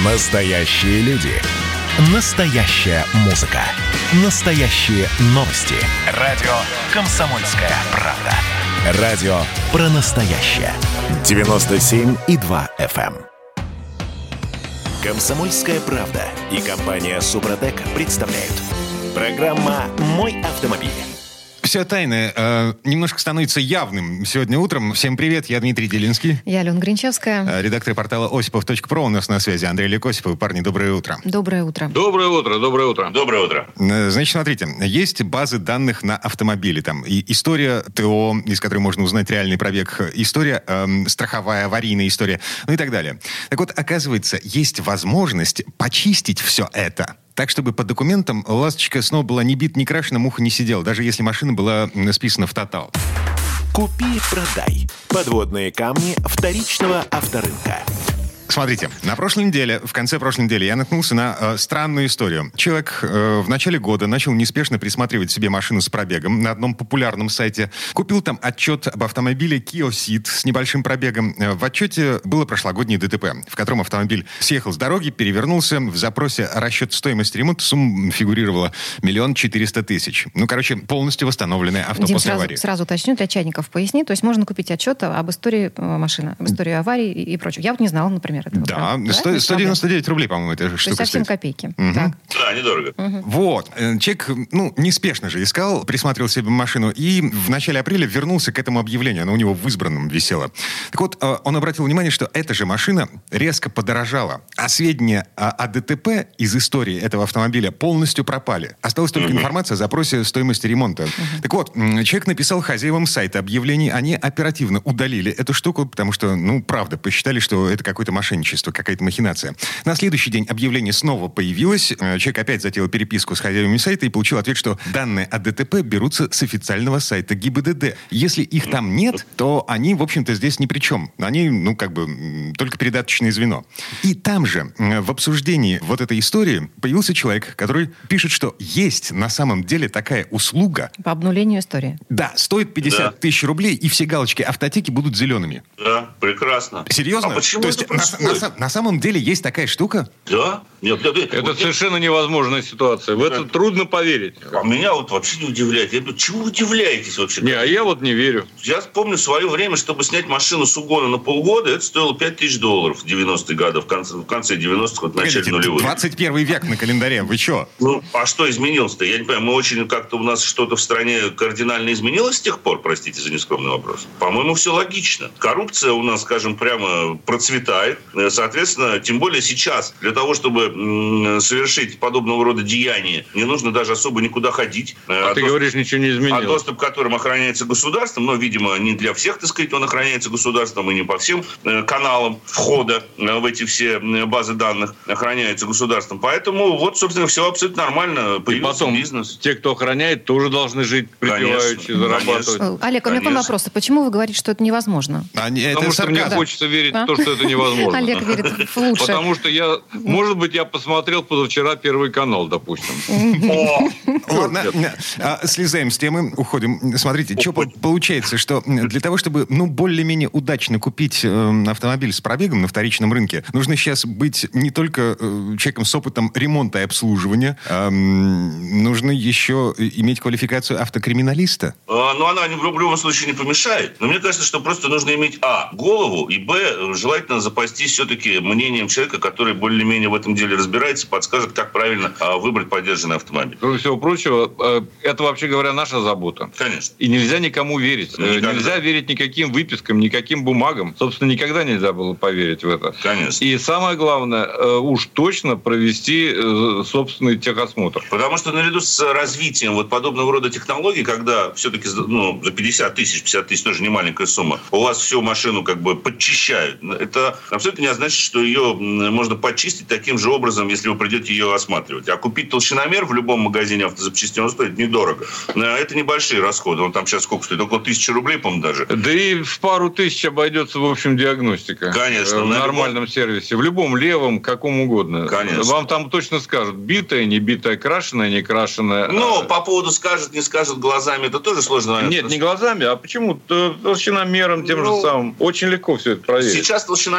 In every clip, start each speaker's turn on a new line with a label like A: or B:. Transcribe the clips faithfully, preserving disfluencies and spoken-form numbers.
A: Настоящие люди. Настоящая музыка. Настоящие новости. Радио «Комсомольская правда». Радио про настоящее. девяносто семь и два эф эм. «Комсомольская правда» и компания «Супротек» представляют. Программа «Мой автомобиль».
B: Все тайное э, немножко становится явным сегодня утром. Всем привет, я Дмитрий Делинский.
C: Я Алена Гринчевская.
B: Э, редактор портала осипов точка про у нас на связи. Андрей Олег Осипов. Парни, доброе утро.
C: Доброе утро.
D: Доброе утро, доброе утро.
E: Доброе утро.
B: Э, значит, смотрите, есть базы данных на автомобили. Там и история ТО, из которой можно узнать реальный пробег. История э, страховая, аварийная история, ну и так далее. Так вот, оказывается, есть возможность почистить все это. Так, чтобы по документам ласточка снова была не бита, не крашена, муха не сидела, даже если машина была списана в тотал.
A: Купи-продай. Подводные камни вторичного авторынка.
B: Смотрите, на прошлой неделе, в конце прошлой недели я наткнулся на э, странную историю. Человек э, в начале года начал неспешно присматривать себе машину с пробегом на одном популярном сайте. Купил там отчет об автомобиле Kia Ceed с небольшим пробегом. В отчете было прошлогоднее ДТП, в котором автомобиль съехал с дороги, перевернулся. В запросе расчет стоимости ремонта сумма фигурировала миллион четыреста тысяч. Ну, короче, полностью восстановленное авто
C: Дим,
B: после
C: сразу,
B: аварии.
C: сразу уточню для чайников, поясни. То есть можно купить отчет об истории машины, об истории аварии и, и прочего. Я вот не знала, например, этого.
B: Да, сто, сто девяносто девять рублей, по-моему, эта штука стоит.
C: То есть совсем копейки.
B: Угу.
C: Так.
E: Да, недорого.
C: Угу.
B: Вот. Человек, ну, неспешно же искал, присматривал себе машину, и в начале апреля вернулся к этому объявлению. Оно у него в избранном висело. Так вот, он обратил внимание, что эта же машина резко подорожала, а сведения о, о ДТП из истории этого автомобиля полностью пропали. Осталась только угу. информация о запросе стоимости ремонта. Угу. Так вот, человек написал хозяевам сайта объявлений, они оперативно удалили эту штуку, потому что, ну, правда, посчитали, что это какое-то мошенничество, какая-то махинация. На следующий день объявление снова появилось. Человек опять затеял переписку с хозяевами сайта и получил ответ, что данные о ДТП берутся с официального сайта ГИБДД. Если их там нет, то они, в общем-то, здесь ни при чем. Они, ну, как бы, только передаточное звено. И там же, в обсуждении вот этой истории, появился человек, который пишет, что есть на самом деле такая услуга.
C: По обнулению истории.
B: Да, стоит пятьдесят тысяч рублей, и все галочки автотеки будут зелеными.
E: Да, прекрасно.
B: Серьезно?
E: А почему
B: То
E: это
B: есть на,
E: происходит?
B: на, на самом деле есть такая штука?
E: Да. Нет, нет, нет.
D: Это
E: вот
D: совершенно невозможная ситуация. В это
E: Да.
D: трудно поверить.
E: А меня вот вообще не удивляет. Я думаю, чему вы удивляетесь вообще?
D: Не, а я вот не верю.
E: Я помню в свое время, чтобы снять машину с угона на полгода, это стоило пять тысяч долларов в девяностые годы, в конце, в конце девяностых, вот в начале нулевых.
B: двадцать первый век на календаре, вы что?
E: Ну, а что изменилось-то? Я не понимаю, мы очень как-то у нас что-то в стране кардинально изменилось с тех пор, простите за нескромный вопрос. По-моему, все логично. Коррупция у нас, скажем, прямо процветает. Соответственно, тем более сейчас, для того, чтобы м- совершить подобного рода деяния, не нужно даже особо никуда ходить.
D: А, а ты доступ, говоришь, ничего не изменилось.
E: А доступ к которым охраняется государством, но, видимо, не для всех, так сказать, он охраняется государством, и не по всем э, каналам входа э, в эти все базы данных охраняется государством. Поэтому вот, собственно, все абсолютно нормально. Появился
D: потом
E: бизнес.
D: Те, кто охраняет, тоже должны жить припеваючи, зарабатывать.
C: Конечно. Олег, у меня к вам вопрос. Почему вы говорите, что это невозможно?
B: А, не,
D: Потому
B: это
D: что мне
B: сарказм.
D: хочется верить
C: а?
D: в то, что это невозможно.
C: Олег верит в лучшее.
D: Потому что я, может быть, я посмотрел позавчера Первый канал, допустим.
B: Ладно, слезаем с темы, уходим. Смотрите, что получается, что для того, чтобы, ну, более-менее удачно купить автомобиль с пробегом на вторичном рынке, нужно сейчас быть не только человеком с опытом ремонта и обслуживания, а нужно еще иметь квалификацию автокриминалиста.
E: Ну, она в любом случае не помешает. Но мне кажется, что просто нужно иметь, а, голову, и, б, желательно запастись все-таки мнением человека, который более-менее в этом деле разбирается, подскажет, как правильно а, выбрать подержанный автомобиль.
D: Кроме всего прочего, это, вообще говоря, наша забота.
E: Конечно.
D: И нельзя никому верить.
E: Никогда.
D: Нельзя верить никаким выпискам, никаким бумагам. Собственно, никогда нельзя было поверить в это.
E: Конечно.
D: И самое главное, уж точно провести собственный техосмотр.
E: Потому что наряду с развитием вот подобного рода технологий, когда все-таки, ну, за пятьдесят тысяч, пятьдесят тысяч тоже не маленькая сумма, у вас всю машину как бы подчищают. Это абсолютно не значит, что ее можно почистить таким же образом, если вы придете ее осматривать. А купить толщиномер в любом магазине автозапчастей, он стоит недорого. Это небольшие расходы. Он там сейчас сколько стоит? Около тысячи рублей, по-моему, даже.
D: Да и в пару тысяч обойдется, в общем, диагностика.
E: Конечно.
D: В нормальном любом... сервисе. В любом левом, каком угодно.
E: Конечно.
D: Вам там точно скажут, битая, не битая, крашеная, не крашеная.
E: Ну, по поводу скажет, не скажет глазами, это тоже сложно.
D: Нет, не глазами, а почему? Толщиномером тем ну, же самым. Очень легко все это проверить.
E: Сейчас толщиномер. Это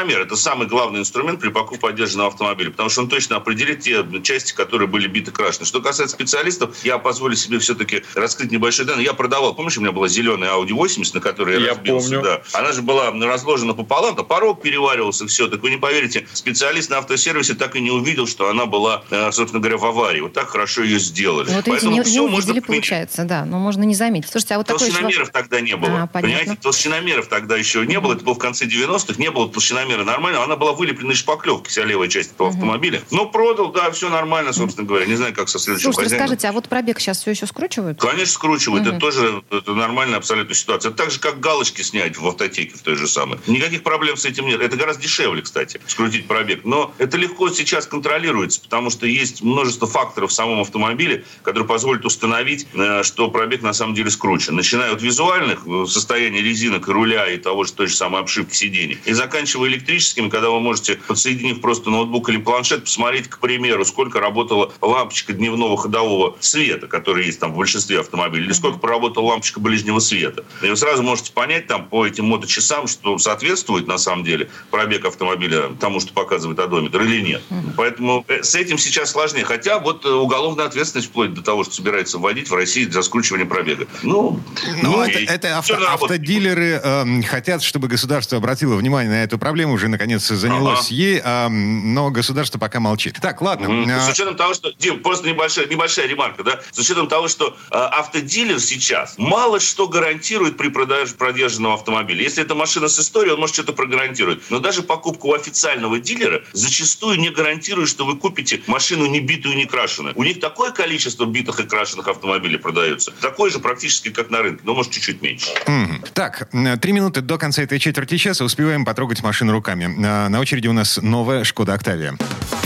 E: самый главный инструмент при покупке поддержанного автомобиля, потому что он точно определит те части, которые были биты, крашены. Что касается специалистов, я позволю себе все-таки раскрыть небольшой данный. Я продавал, помнишь, у меня была зеленая Audi восемьдесят, на которой я, я разбился? Помню. Да. Она же была разложена пополам, то порог переваривался, все. Так вы не поверите, специалист на автосервисе так и не увидел, что она была, собственно говоря, в аварии. Вот так хорошо ее сделали.
C: Вот эти не, не увидели, получается, да, но можно не заметить. Слушайте, а вот
E: толщиномеров
C: такой...
E: тогда не было. А, понимаете, толщиномеров тогда еще не было. Это было в конце девяностых, не было толщиномера нормально. Она была вылеплена из шпаклевки, вся левая часть этого uh-huh. автомобиля. Но продал, да, все нормально, собственно uh-huh. говоря. Не знаю, как со следующим
C: Слушайте,
E: хозяином.
C: Скажите, а вот пробег сейчас все еще скручивают?
E: Конечно, скручивают. Uh-huh. Это тоже это нормальная абсолютно ситуация. Это так же, как галочки снять в автотеке в той же самой. Никаких проблем с этим нет. Это гораздо дешевле, кстати, скрутить пробег. Но это легко сейчас контролируется, потому что есть множество факторов в самом автомобиле, которые позволят установить, что пробег на самом деле скручен. Начиная от визуальных, состояния резинок и руля, и того же той же самой обшивки сидений, и заканчивая электрическими, когда вы можете, подсоединив просто ноутбук или планшет, посмотреть, к примеру, сколько работала лампочка дневного ходового света, которая есть там в большинстве автомобилей, или сколько проработала лампочка ближнего света. И вы сразу можете понять там по этим моточасам, что соответствует на самом деле пробег автомобиля тому, что показывает одометр, или нет. Поэтому с этим сейчас сложнее. Хотя вот уголовная ответственность вплоть до того, что собирается вводить в России за скручивание пробега. Ну,
B: ну это, это авто, автодилеры э, хотят, чтобы государство обратило внимание на эту проблему, уже наконец занялось ага. ей, э, но государство пока молчит. Так, ладно.
E: Mm-hmm. С учетом того, что, Дим, просто небольшая, небольшая ремарка, да, с учетом того, что э, автодилер сейчас мало что гарантирует при продаже продержанного автомобиля. Если это машина с историей, он может что-то прогарантировать. Но даже покупка у официального дилера зачастую не гарантирует, что вы купите машину не битую, не крашеную. У них такое количество битых и крашеных автомобилей продается. Такое же практически, как на рынке, но может чуть-чуть меньше.
B: Mm-hmm. Так, три минуты до конца этой четверти часа. Успеваем потрогать машину руками. На очереди у нас новая Шкода Октавия.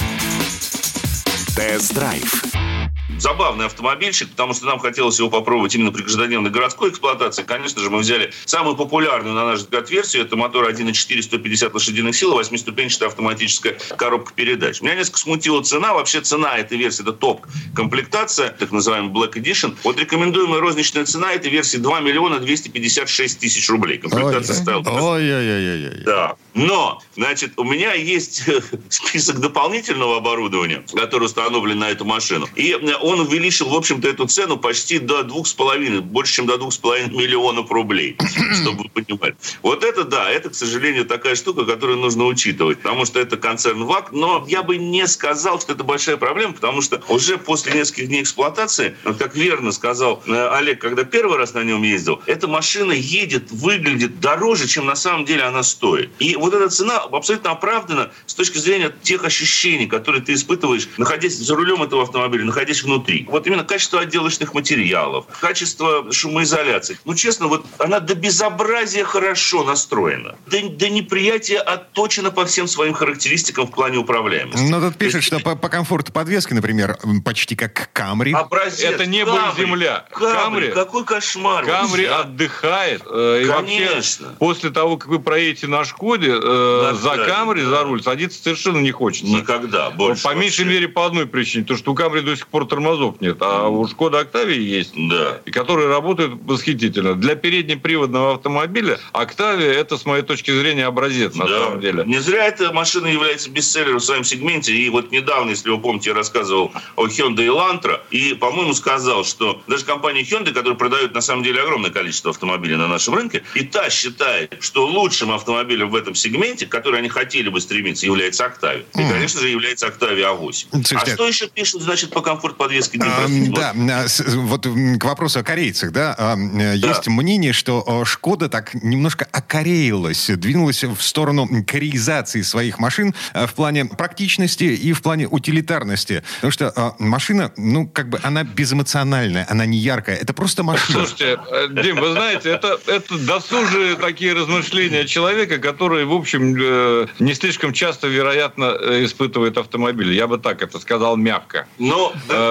A: Тест-драйв.
E: Забавный автомобильчик, потому что нам хотелось его попробовать именно при каждодневной городской эксплуатации. Конечно же, мы взяли самую популярную, на наш взгляд, версию. Это мотор один и четыре, сто пятьдесят лошадиных сил, восьмиступенчатая автоматическая коробка передач. Меня несколько смутила цена. Вообще цена этой версии – это топ-комплектация, так называемый Black Edition. Вот рекомендуемая розничная цена этой версии два миллиона двести пятьдесят шесть тысяч рублей. Комплектация стайл.
B: Ой-ой-ой-ой.
E: Да. Но, значит, у меня есть список дополнительного оборудования, которое установлено на эту машину. И он увеличил, в общем-то, эту цену почти до двух с половиной, больше, чем до двух с половиной миллионов рублей, чтобы вы понимали. Вот это, да, это, к сожалению, такая штука, которую нужно учитывать, потому что это концерн ВАГ, но я бы не сказал, что это большая проблема, потому что уже после нескольких дней эксплуатации, как верно сказал Олег, когда первый раз на нем ездил, эта машина едет, выглядит дороже, чем на самом деле она стоит. И вот эта цена абсолютно оправдана с точки зрения тех ощущений, которые ты испытываешь, находясь за рулем этого автомобиля, находясь внутри. Вот именно качество отделочных материалов, качество шумоизоляции. Ну, честно, вот она до безобразия хорошо настроена. До, до неприятия отточена по всем своим характеристикам в плане управляемости.
B: Но тут пишет, есть, что по, по комфорту подвески, например, почти как Камри.
E: Образец.
F: Это небо и земля.
E: Камри, какой кошмар.
F: Камри отдыхает. Э, и вообще, после того, как вы проедете на Шкоде, э, за Камри, за руль садиться совершенно не хочется.
E: Никогда. Больше
F: по меньшей вообще. мере по одной причине. То, что у Камри до сих пор тормозов нет, а у Шкода Октавии есть,
E: да.
F: и которые работают восхитительно. Для переднеприводного автомобиля Октавия — это, с моей точки зрения, образец, на
E: да.
F: самом деле.
E: Не зря эта машина является бестселлером в своем сегменте. И вот недавно, если вы помните, я рассказывал о Hyundai Elantra, и, по-моему, сказал, что даже компания Hyundai, которая продает, на самом деле, огромное количество автомобилей на нашем рынке, и та считает, что лучшим автомобилем в этом сегменте, к которому они хотели бы стремиться, является Октавия. И, mm. конечно же, является Октавия а восемь. Слушайте, а что еще пишут, значит, по комфорту подвески?
B: А, да, вот к вопросу о корейцах, да, да, есть мнение, что Шкода так немножко окореилась, двинулась в сторону кореизации своих машин в плане практичности и в плане утилитарности. Потому что машина, ну, как бы она безэмоциональная, она не яркая, это просто машина.
F: Слушайте, Дим, вы знаете, это, это досужие такие размышления человека, который, в общем, не слишком часто, вероятно, испытывает автомобиль. Я бы так это сказал мягко.
E: Но, да,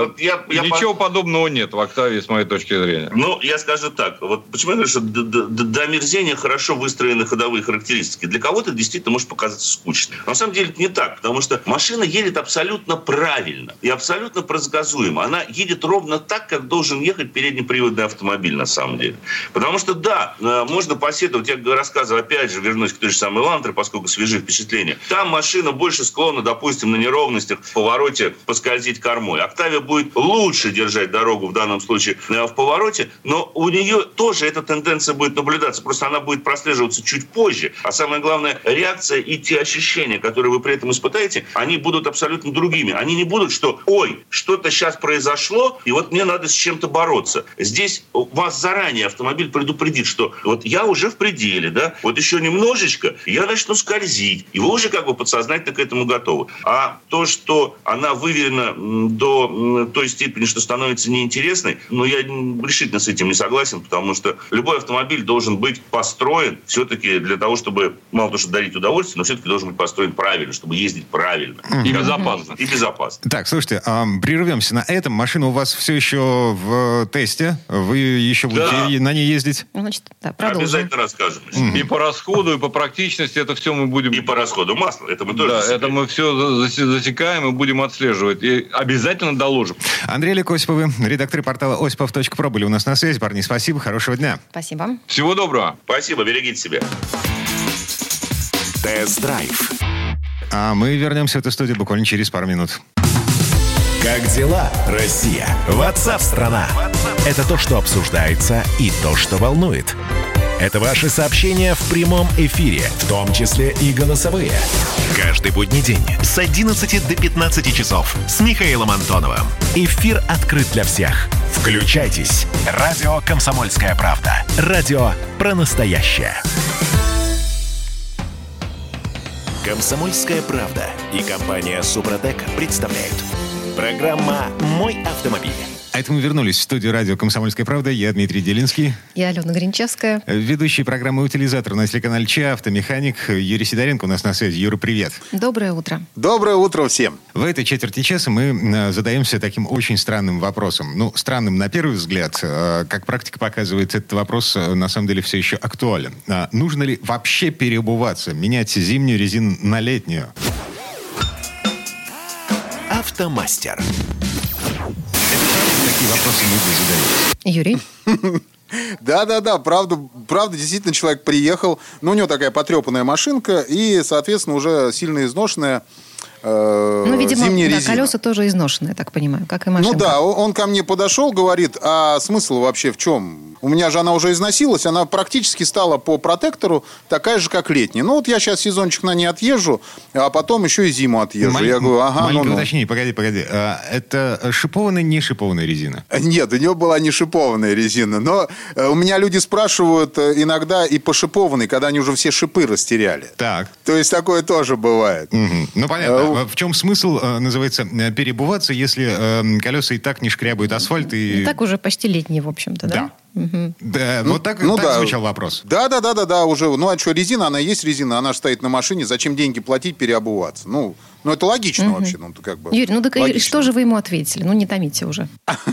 E: Я, я
F: Ничего
E: по...
F: подобного нет в «Октавии», с моей точки зрения.
E: Ну, я скажу так. Вот почему я говорю, что до, до, до омерзения хорошо выстроены ходовые характеристики. Для кого-то действительно может показаться скучно. Но на самом деле это не так, потому что машина едет абсолютно правильно и абсолютно предсказуемо. Она едет ровно так, как должен ехать переднеприводный автомобиль на самом деле. Потому что, да, можно посетовать, я рассказываю, опять же, вернусь к той же самой «Элантре», поскольку свежие впечатления. Там машина больше склонна, допустим, на неровностях в повороте поскользить кормой. «Октавия» будет лучше держать дорогу в данном случае в повороте, но у нее тоже эта тенденция будет наблюдаться. Просто она будет прослеживаться чуть позже. А самое главное, реакция и те ощущения, которые вы при этом испытаете, они будут абсолютно другими. Они не будут, что «ой, что-то сейчас произошло, и вот мне надо с чем-то бороться». Здесь вас заранее автомобиль предупредит, что вот я уже в пределе, да, вот еще немножечко, я начну скользить. И вы уже как бы подсознательно к этому готовы. А то, что она выверена до той степени, что становится неинтересной, ну, я решительно с этим не согласен, потому что любой автомобиль должен быть построен все-таки для того, чтобы, мало того, что дарить удовольствие, но все-таки должен быть построен правильно, чтобы ездить правильно.
F: И безопасно.
E: И безопасно.
B: Так, слушайте, а, прервемся на этом. Машина у вас все еще в тесте. Вы еще будете
E: Да.
B: на ней ездить?
C: Значит, да, продолжим.
E: Обязательно расскажем.
F: И по расходу, и по практичности это все мы будем...
E: И по расходу масла. Это мы тоже
F: Да,
E: засекаем.
F: это мы все засекаем и будем отслеживать. И обязательно доложим.
B: Андрей Олег Осиповы, редакторы портала осипов точка про были у нас на связи. Парни, спасибо, хорошего дня.
C: Спасибо.
F: Всего доброго.
E: Спасибо, берегите себя.
A: Тест-драйв.
B: А мы вернемся в эту студию буквально через пару минут.
A: Как дела, Россия? Ватсап-страна! Это то, что обсуждается и то, что волнует. Это ваши сообщения в прямом эфире, в том числе и голосовые. Каждый будний день с одиннадцати до пятнадцати часов с Михаилом Антоновым. Эфир открыт для всех. Включайтесь. Радио «Комсомольская правда». Радио про настоящее. «Комсомольская правда» и компания «Супротек» представляют. Программа «Мой автомобиль».
B: А это мы вернулись в студию радио «Комсомольская правда». Я Дмитрий Делинский.
C: Я Алена Гринчевская.
B: Ведущий программы «Утилизатор» на телеканале ЧА, автомеханик Юрий Сидоренко у нас на связи. Юра, привет.
C: Доброе утро.
G: Доброе утро всем.
B: В этой четверти часа мы задаемся таким очень странным вопросом. Ну, странным на первый взгляд. Как практика показывает, этот вопрос на самом деле все еще актуален. Нужно ли вообще переобуваться, менять зимнюю резину на летнюю?
A: Автомастер.
B: Такие вопросы люди задают.
C: Юрий?
G: Да-да-да, правда, правда, действительно, человек приехал, но у него такая потрепанная машинка и, соответственно, уже сильно изношенная э,
C: Ну, видимо,
G: зимняя
C: да,
G: резина.
C: колеса тоже изношенные, так понимаю, как и машинка.
G: Ну да, он, он ко мне подошел, говорит, а смысл вообще в чем? У меня же она уже износилась, она практически стала по протектору такая же, как летняя. Ну вот я сейчас сезончик на ней отъезжу, а потом еще и зиму отъезжу.
B: Маль...
G: Я говорю, ага,
B: Маленькое
G: ну-ну.
B: уточнение, погоди, погоди. А, это шипованная, не шипованная резина?
G: Нет, у него была не шипованная резина. Но э, у меня люди спрашивают э, иногда и по шипованной, когда они уже все шипы растеряли.
B: Так.
G: То есть такое тоже бывает.
B: Угу. Ну, понятно. В чем смысл, называется, переобуваться, если э, колеса и так не шкрябают асфальт? И...
C: И так уже почти летние, в общем-то, да?
B: Да.
C: Угу.
B: Да,
G: Ну,
B: вот так,
G: ну
B: так
G: да.
B: звучал вопрос.
G: Да, да, да, да, да, уже. Ну, а что, резина, она и есть резина, она же стоит на машине. Зачем деньги платить, переобуваться? Ну, ну это логично
C: Угу.
G: вообще. Ну, как бы
C: Юрий, ну так и
G: логично.
C: что же вы ему ответили? Ну, не томите уже.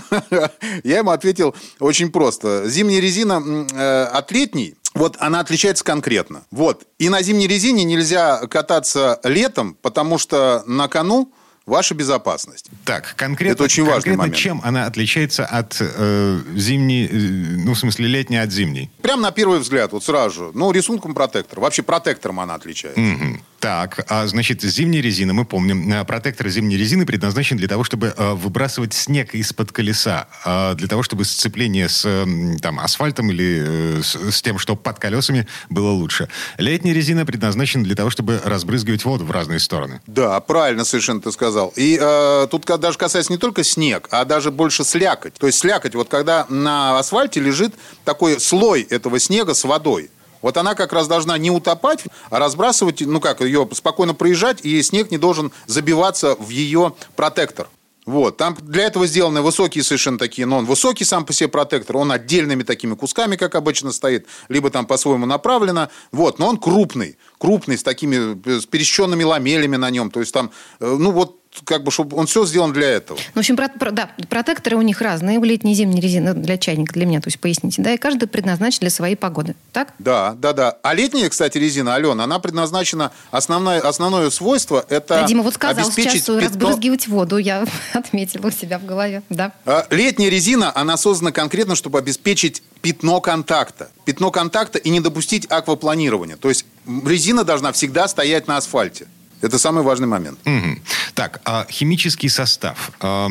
G: Я ему ответил очень просто. Зимняя резина э, от летней, вот она отличается конкретно. Вот. И на зимней резине нельзя кататься летом, потому что на кону ваша безопасность.
B: Так, конкретно,
G: Это очень важный
B: конкретно
G: момент.
B: чем она отличается от э, зимней, э, ну, в смысле, летней от зимней?
G: Прям на первый взгляд, вот сразу же. Ну, рисунком протектора. Вообще протектором она отличается.
B: Мгм. Так, а, значит, зимняя резина, мы помним, э, протектор зимней резины предназначен для того, чтобы э, выбрасывать снег из-под колеса, э, для того, чтобы сцепление с э, там, асфальтом или э, с, с тем, что под колесами, было лучше. Летняя резина предназначена для того, чтобы разбрызгивать воду в разные стороны.
G: Да, правильно совершенно ты сказал. И э, тут ка- даже касается не только снег, а даже больше слякоть. То есть слякоть, вот когда на асфальте лежит такой слой этого снега с водой. Вот она как раз должна не утопать, а разбрасывать, ну как, ее спокойно проезжать, и снег не должен забиваться в ее протектор. Вот, там для этого сделаны высокие совершенно такие, но он высокий сам по себе протектор, он отдельными такими кусками, как обычно стоит, либо там по-своему направлено, вот, но он крупный, крупный, с такими, с пересеченными ламелями на нем. То есть там, ну вот, как бы, чтобы он все сделан для этого.
C: Ну, в общем, про, про, да, протекторы у них разные, у летней и зимней резины для чайника, для меня, то есть поясните, да, и каждый предназначен для своей погоды, так?
G: Да, да, да. А летняя, кстати, резина, Алена, она предназначена, основное, основное свойство, это
C: да, Дима вот сказал
G: обеспечить
C: сейчас
G: пятно...
C: разбрызгивать воду, я отметила у себя в голове, да.
G: Летняя резина, она создана конкретно, чтобы обеспечить пятно контакта. Пятно контакта и не допустить аквапланирования. То есть резина должна всегда стоять на асфальте. Это самый важный момент.
B: Угу. Так, а химический состав.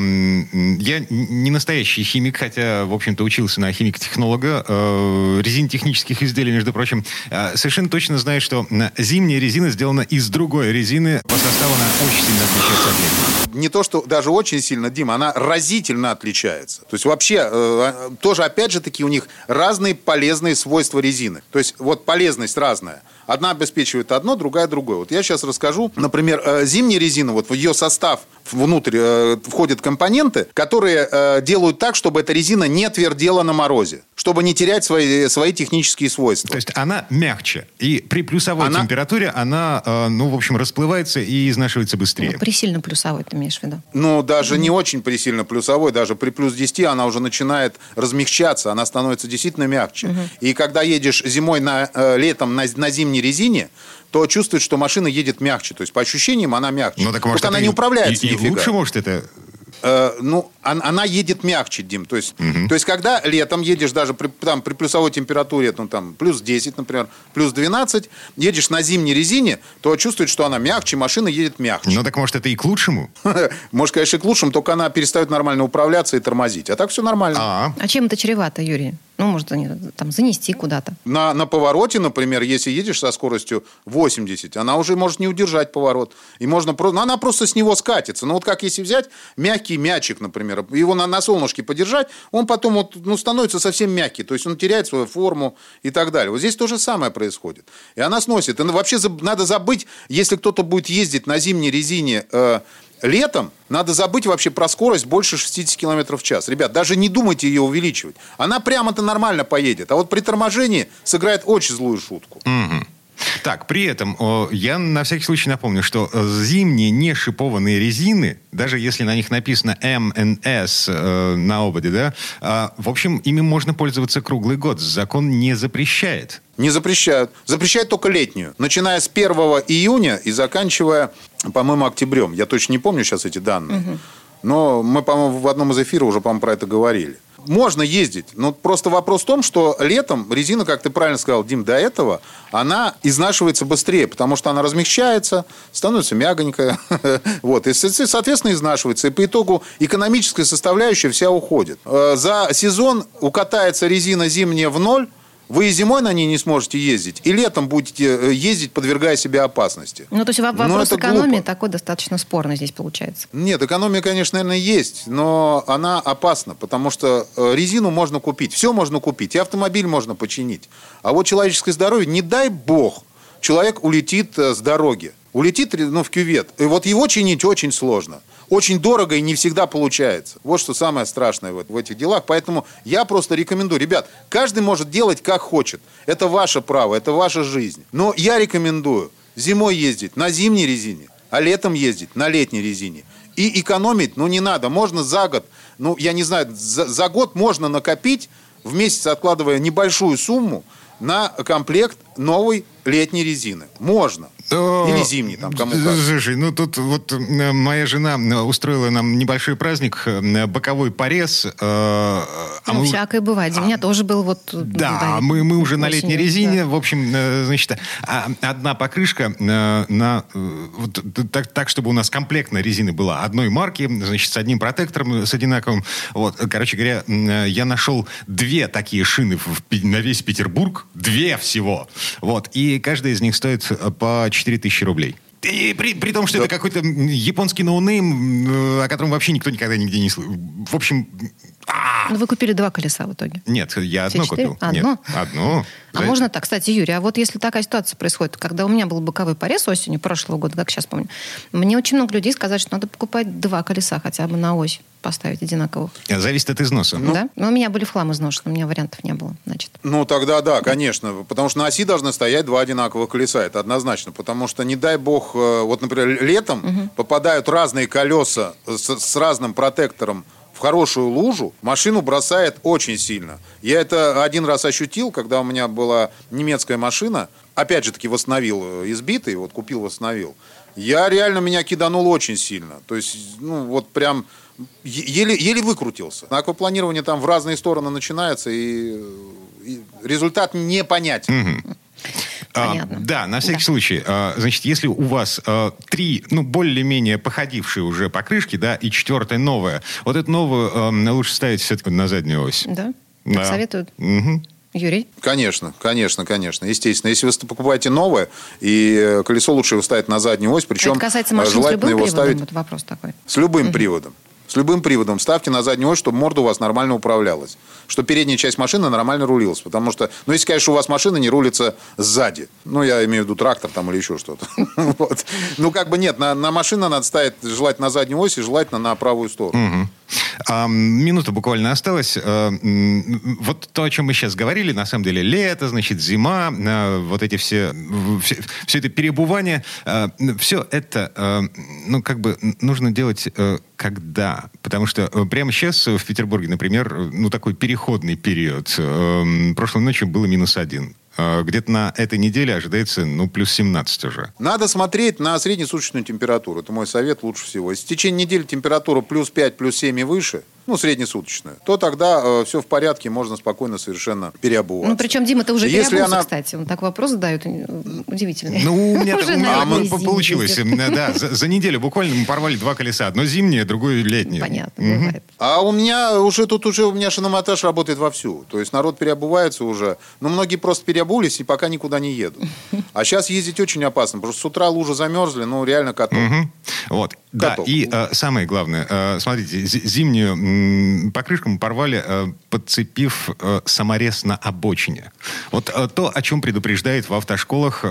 B: Эм, я не настоящий химик, хотя, в общем-то, учился на химико-технолога. Э, резинотехнических изделий, между прочим. Э, совершенно точно знаю, что зимняя резина сделана из другой резины. По составу она очень сильно отличается от летней.
G: Не то, что даже очень сильно, Дима, она разительно отличается. То есть вообще, э, тоже, опять же таки, у них разные полезные свойства резины. То есть вот полезность разная. Одна обеспечивает одно, другая другое. Вот я сейчас расскажу. Например, зимняя резина, вот в ее состав внутрь э, входят компоненты, которые э, делают так, чтобы эта резина не твердела на морозе, чтобы не терять свои, свои технические свойства.
B: То есть она мягче. И при плюсовой она... температуре она, э, ну, в общем, расплывается и изнашивается быстрее.
C: Ну, при сильно плюсовой ты имеешь в виду?
G: Ну, даже mm-hmm. не очень при сильно плюсовой. Даже при плюс десяти она уже начинает размягчаться. Она становится действительно мягче. Mm-hmm. И когда едешь зимой, на, э, летом на, на зимней резине, то чувствует, что машина едет мягче. То есть, по ощущениям, она мягче.
B: Ну, так, может,
G: она
B: и,
G: не управляется
B: и, и
G: нифига.
B: лучше, может, это...
G: Э, ну, она, она едет мягче, Дим. То есть,
B: угу.
G: то есть, когда летом едешь даже при, там, при плюсовой температуре, ну, там, плюс десять, например, плюс двенадцать, едешь на зимней резине, то чувствует, что она мягче, машина едет мягче.
B: Ну, так, может, это и к лучшему?
G: Может, конечно, и к лучшему, только она перестает нормально управляться и тормозить. А так все нормально.
B: А,
C: а чем это чревато, Юрий? Ну, может, там, занести куда-то.
G: На, на повороте, например, если едешь со скоростью восемьдесят, она уже может не удержать поворот. И можно, ну, она просто с него скатится. Ну, вот как если взять мягкий мячик, например, его на, на солнышке подержать, он потом вот, ну, становится совсем мягкий. То есть он теряет свою форму и так далее. Вот здесь то же самое происходит. И она сносит. И вообще надо забыть, если кто-то будет ездить на зимней резине... Э, летом надо забыть вообще про скорость больше шестьдесят километров в час. Ребят, даже не думайте ее увеличивать. Она прямо-то нормально поедет. А вот при торможении сыграет очень злую шутку.
B: Угу. Так, при этом я на всякий случай напомню, что зимние не шипованные резины, даже если на них написано эм эн эс э, на ободе, да, э, в общем, ими можно пользоваться круглый год. Закон не запрещает.
G: Не запрещают. Запрещают только летнюю. Начиная с первого июня и заканчивая, по-моему, октябрем. Я точно не помню сейчас эти данные. Угу. Но мы, по-моему, в одном из эфиров уже, по-моему, про это говорили. Можно ездить, но просто вопрос в том, что летом резина, как ты правильно сказал, Дим, до этого, она изнашивается быстрее, потому что она размягчается, становится мягонькая, вот, и, соответственно, изнашивается. И по итогу экономическая составляющая вся уходит. За сезон укатается резина зимняя в ноль, вы и зимой на ней не сможете ездить, и летом будете ездить, подвергая себя опасности.
C: Ну, то есть вопрос экономии такой достаточно спорный здесь получается.
G: Нет, экономия, конечно, наверное, есть, но она опасна, потому что резину можно купить, все можно купить, и автомобиль можно починить. А вот человеческое здоровье, не дай бог, человек улетит с дороги, улетит, ну, в кювет, и вот его чинить очень сложно. Очень дорого и не всегда получается. Вот что самое страшное в этих делах. Поэтому я просто рекомендую. Ребят, каждый может делать как хочет. Это ваше право, это ваша жизнь. Но я рекомендую зимой ездить на зимней резине, а летом ездить на летней резине. И экономить, ну, не надо. Можно за год, ну, я не знаю, за, за год можно накопить, в месяц откладывая небольшую сумму, на комплект новой летней резины. Можно. Или зимний, там, кому как.
B: Слушай, ну тут вот моя жена устроила нам небольшой праздник, боковой порез. Э,
C: а ну, мы... всякое бывает. У меня а, тоже был вот...
B: Да, да мы, мы уже осенью, на летней резине. Да. В общем, значит, одна покрышка на, вот, так, так, чтобы у нас комплектная резина была одной марки, значит, с одним протектором, с одинаковым. Вот, короче говоря, я нашел две такие шины в, на весь Петербург. Две всего. Вот, и каждая из них стоит по четыре тысячи рублей. И при, при том, что да. это какой-то японский ноунейм, о котором вообще никто никогда нигде не слышал. В общем... А-а-а!
C: Ну, вы купили два колеса в итоге.
B: Нет, я одно
C: четыре?
B: купил.
C: Одно?
B: Нет, одно.
C: А За можно так? Кстати, Юрий, а вот если такая ситуация происходит, когда у меня был боковой порез осенью прошлого года, как сейчас помню, мне очень много людей сказали, что надо покупать два колеса хотя бы на ось поставить одинаковых.
B: Зависит от износа.
C: Ну, да? Но у меня были в хлам изношены, у меня вариантов не было, значит.
G: Ну, тогда да, конечно. Потому что на оси должны стоять два одинаковых колеса. Это однозначно. Потому что, не дай бог, вот, например, летом угу. попадают разные колеса с, с разным протектором в хорошую лужу, машину бросает очень сильно. Я это один раз ощутил, когда у меня была немецкая машина. Опять же таки восстановил избитый, вот купил, восстановил. Я реально, меня киданул очень сильно. То есть, ну, вот прям еле, еле выкрутился. На аквапланировании там в разные стороны начинается, и, и результат непонятен.
B: Угу. Понятно. А, да, на всякий да. случай. А, значит, если у вас а, три, ну, более-менее походившие уже покрышки, да, и четвертая новая, вот эту новую а, лучше ставить все-таки на заднюю ось.
C: Да?
B: Да.
C: Так советуют?
B: Угу.
C: Юрий?
G: Конечно, конечно, конечно. Естественно. Если вы покупаете новое, и колесо лучше его ставить на заднюю ось, причем
C: это касается машин с любым приводом? Ставить... Вот вопрос такой.
G: С любым
C: угу.
G: приводом. С любым приводом ставьте на заднюю ось, чтобы морда у вас нормально управлялась. Чтобы передняя часть машины нормально рулилась. Потому что, ну, если, конечно, у вас машина не рулится сзади. Ну, я имею в виду трактор там или еще что-то. вот. Ну, как бы нет, на, на машину надо ставить желательно на заднюю ось и желательно на правую сторону.
B: Угу. А, минута буквально осталась. А, вот то, о чем мы сейчас говорили, на самом деле, лето, значит, зима, а, вот эти все, все, все это переобувание, а, все это, а, ну, как бы нужно делать а, когда? Потому что а, прямо сейчас в Петербурге, например, ну, такой переходный период. А, прошлой ночью было минус один. Где-то на этой неделе ожидается, ну, плюс семнадцать уже.
G: Надо смотреть на среднесуточную температуру. Это мой совет лучше всего. Если в течение недели температура плюс пять, плюс семь и выше, ну, среднесуточная, то тогда э, все в порядке, можно спокойно совершенно переобуваться.
C: Ну, причем, Дима, ты уже
G: Если
C: переобулся,
G: она...
C: кстати. Он так вопрос задает удивительный.
B: Ну, у меня получилось. Да, за неделю буквально мы порвали два колеса. Одно зимнее, другое летнее.
C: Понятно, бывает.
G: А у меня уже тут уже у меня шиномонтаж работает вовсю. То есть народ переобувается уже. Но многие просто переобулись и пока никуда не едут. А сейчас ездить очень опасно, потому что с утра лужи замерзли, ну, реально каток.
B: Вот. Да, и самое главное, смотрите, зимнюю покрышку мы порвали, подцепив саморез на обочине. Вот то, о чем предупреждает в автошколах,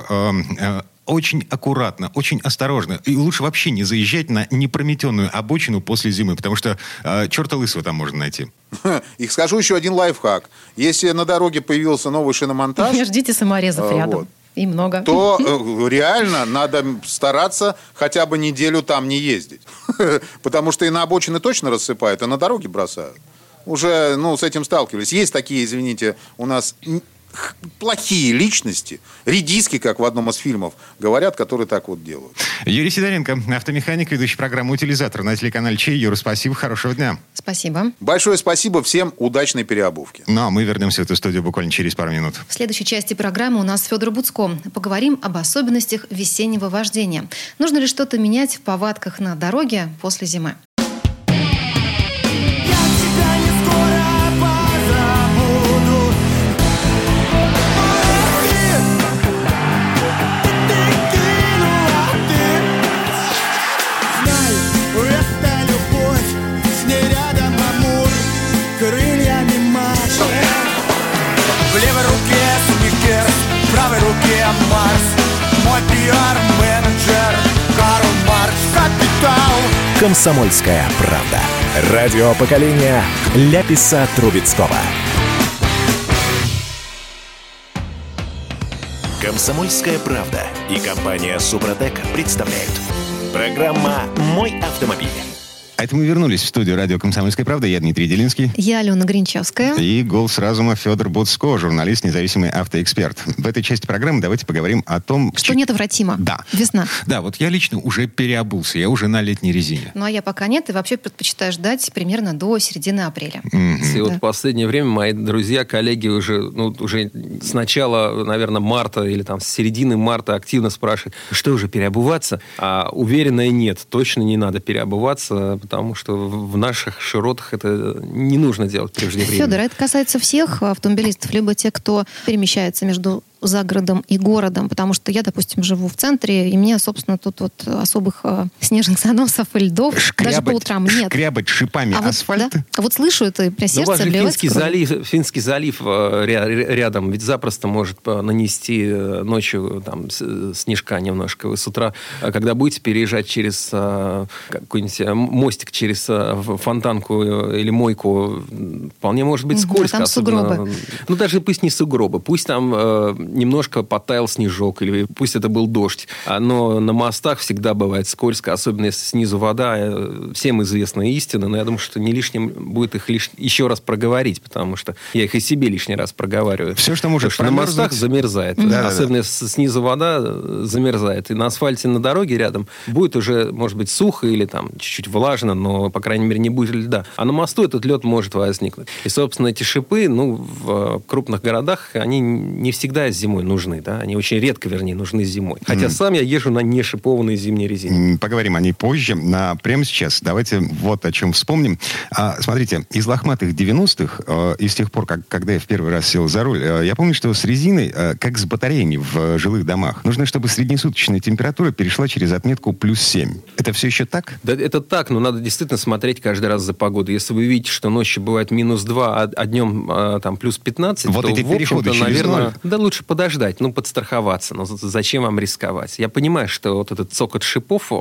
B: очень аккуратно, очень осторожно. И лучше вообще не заезжать на непрометенную обочину после зимы, потому что черта лысого там можно найти.
G: И скажу еще один лайфхак. Если на дороге появился новый шиномонтаж...
C: Не ждите саморезов рядом. Вот. И много.
G: То э, реально надо стараться хотя бы неделю там не ездить. Потому что и на обочины точно рассыпают, и на дороге бросают. Уже, ну, с этим сталкивались. Есть такие, извините, у нас плохие личности, редиски, как в одном из фильмов говорят, которые так вот делают.
B: Юрий Сидоренко, автомеханик, ведущий программу «Утилизатор» на телеканале Чей. Юра, спасибо, хорошего дня.
C: Спасибо.
G: Большое спасибо, всем удачной переобувки.
B: Ну, а мы вернемся в эту студию буквально через пару минут.
C: В следующей части программы у нас Федор Буцко. Поговорим об особенностях весеннего вождения. Нужно ли что-то менять в повадках на дороге после зимы?
H: В левой руке Сникерс, в правой руке Марс. Мой пиар-менеджер Карл Маркс. Капитал.
A: «Комсомольская правда». Радио поколения Ляписа Трубецкого. «Комсомольская правда» и компания «Супротек» представляют. Программа «Мой автомобиль».
B: А это мы вернулись в студию радио «Комсомольская правда». Я Дмитрий Делинский.
C: Я Алена Гринчевская.
B: И голос разума Федор Буцко, журналист, независимый автоэксперт. В этой части программы давайте поговорим о том...
C: Что неотвратимо.
B: Да.
C: Весна.
B: Да, вот я лично уже переобулся. Я уже на летней резине.
C: Ну, а я пока нет. И вообще предпочитаю ждать примерно до середины апреля.
I: Mm-hmm. И да. вот в последнее время мои друзья, коллеги уже, ну, уже с начала, наверное, марта или там с середины марта активно спрашивают, что уже переобуваться? А уверенно, нет. Точно не надо переобуваться, потому что в наших широтах это не нужно делать преждевременно.
C: Федор, это касается всех автомобилистов, либо те, кто перемещается между за городом и городом, потому что я, допустим, живу в центре, и мне, собственно, тут вот особых э, снежных заносов и льдов
B: шкрябать,
C: даже по утрам нет.
B: Шкрябать шипами
C: а
B: асфальт?
C: Вот, да, а вот слышу это, и прям сердце
I: обливается кровью.
C: обливается
I: Финский
C: кровью.
I: залив, Финский залив э, рядом, ведь запросто может нанести ночью там, снежка немножко. Вы с утра, когда будете переезжать через э, какой-нибудь мостик, через э, фонтанку или мойку, вполне может быть
C: Угу,
I: скользко.
C: там
I: особенно,
C: сугробы.
I: ну, даже пусть не сугробы, пусть там э, немножко подтаял снежок, или пусть это был дождь. Но на мостах всегда бывает скользко, особенно если снизу вода. Всем известна истина, но я думаю, что не лишним будет их лиш... еще раз проговорить, потому что я их и себе лишний раз проговариваю.
B: Все, что может
I: Потому что на мостах замерзает.
B: Да, да,
I: особенно
B: да.
I: если снизу вода замерзает. И на асфальте на дороге рядом будет уже, может быть, сухо или там чуть-чуть влажно, но, по крайней мере, не будет льда. А на мосту этот лед может возникнуть. И, собственно, эти шипы, ну, в крупных городах, они не всегда зимой нужны, да? Они очень редко, вернее, нужны зимой. Хотя mm. сам я езжу на нешипованной зимней резине.
B: Поговорим о ней позже. А прямо сейчас давайте вот о чем вспомним. А, смотрите, из лохматых девяностых, э, и с тех пор, как, когда я в первый раз сел за руль, э, я помню, что с резиной, э, как с батареями в э, жилых домах, нужно, чтобы среднесуточная температура перешла через отметку плюс семь. Это все еще так?
I: Да, это так, но надо действительно смотреть каждый раз за погоду. Если вы видите, что ночью бывает минус два, а, а днем а, там плюс пятнадцать,
B: вот
I: то,
B: эти
I: в общем-то, наверное,
B: ноль.
I: Да лучше подождать, ну, подстраховаться. Но зачем вам рисковать? Я понимаю, что вот этот цокот шипов,